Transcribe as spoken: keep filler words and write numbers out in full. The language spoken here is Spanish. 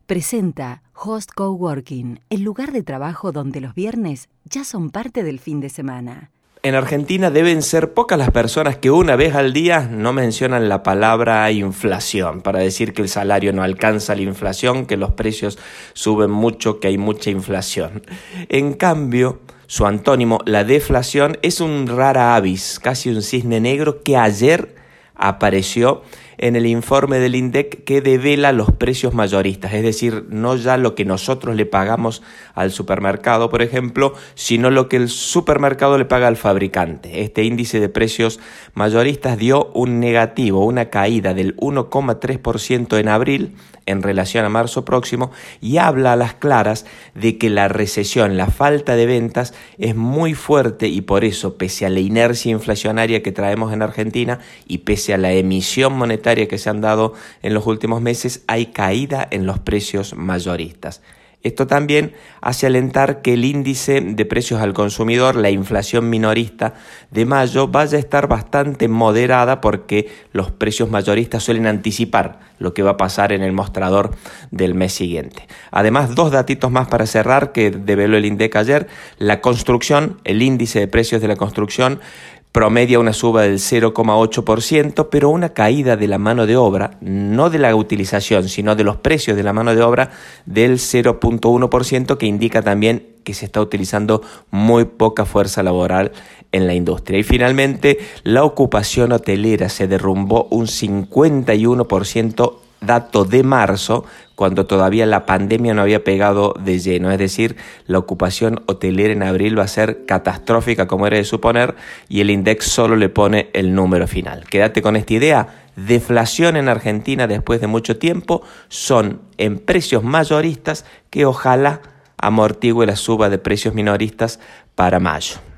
Presenta Host Coworking, el lugar de trabajo donde los viernes ya son parte del fin de semana. En Argentina deben ser pocas las personas que una vez al día no mencionan la palabra inflación para decir que el salario no alcanza la inflación, que los precios suben mucho, que hay mucha inflación. En cambio, su antónimo, la deflación, es un rara avis, casi un cisne negro que ayer apareció en el informe del INDEC que devela los precios mayoristas, es decir, no ya lo que nosotros le pagamos al supermercado, por ejemplo, sino lo que el supermercado le paga al fabricante. Este índice de precios mayoristas dio un negativo, una caída del uno coma tres por ciento en abril en relación a marzo próximo, y habla a las claras de que la recesión, la falta de ventas es muy fuerte, y por eso, pese a la inercia inflacionaria que traemos en Argentina y pese a la emisión monetaria que se han dado en los últimos meses, hay caída en los precios mayoristas. Esto también hace alentar que el índice de precios al consumidor, la inflación minorista de mayo, vaya a estar bastante moderada porque los precios mayoristas suelen anticipar lo que va a pasar en el mostrador del mes siguiente. Además, dos datitos más para cerrar que develó el INDEC ayer. La construcción, el índice de precios de la construcción, promedia una suba del cero coma ocho por ciento, pero una caída de la mano de obra, no de la utilización, sino de los precios de la mano de obra, del cero coma uno por ciento, que indica también que se está utilizando muy poca fuerza laboral en la industria. Y finalmente, la ocupación hotelera se derrumbó un cincuenta y uno por ciento, dato de marzo, cuando todavía la pandemia no había pegado de lleno. Es decir, la ocupación hotelera en abril va a ser catastrófica, como era de suponer, y el INDEC solo le pone el número final. Quédate con esta idea: deflación en Argentina después de mucho tiempo son en precios mayoristas, que ojalá amortigüe la suba de precios minoristas para mayo.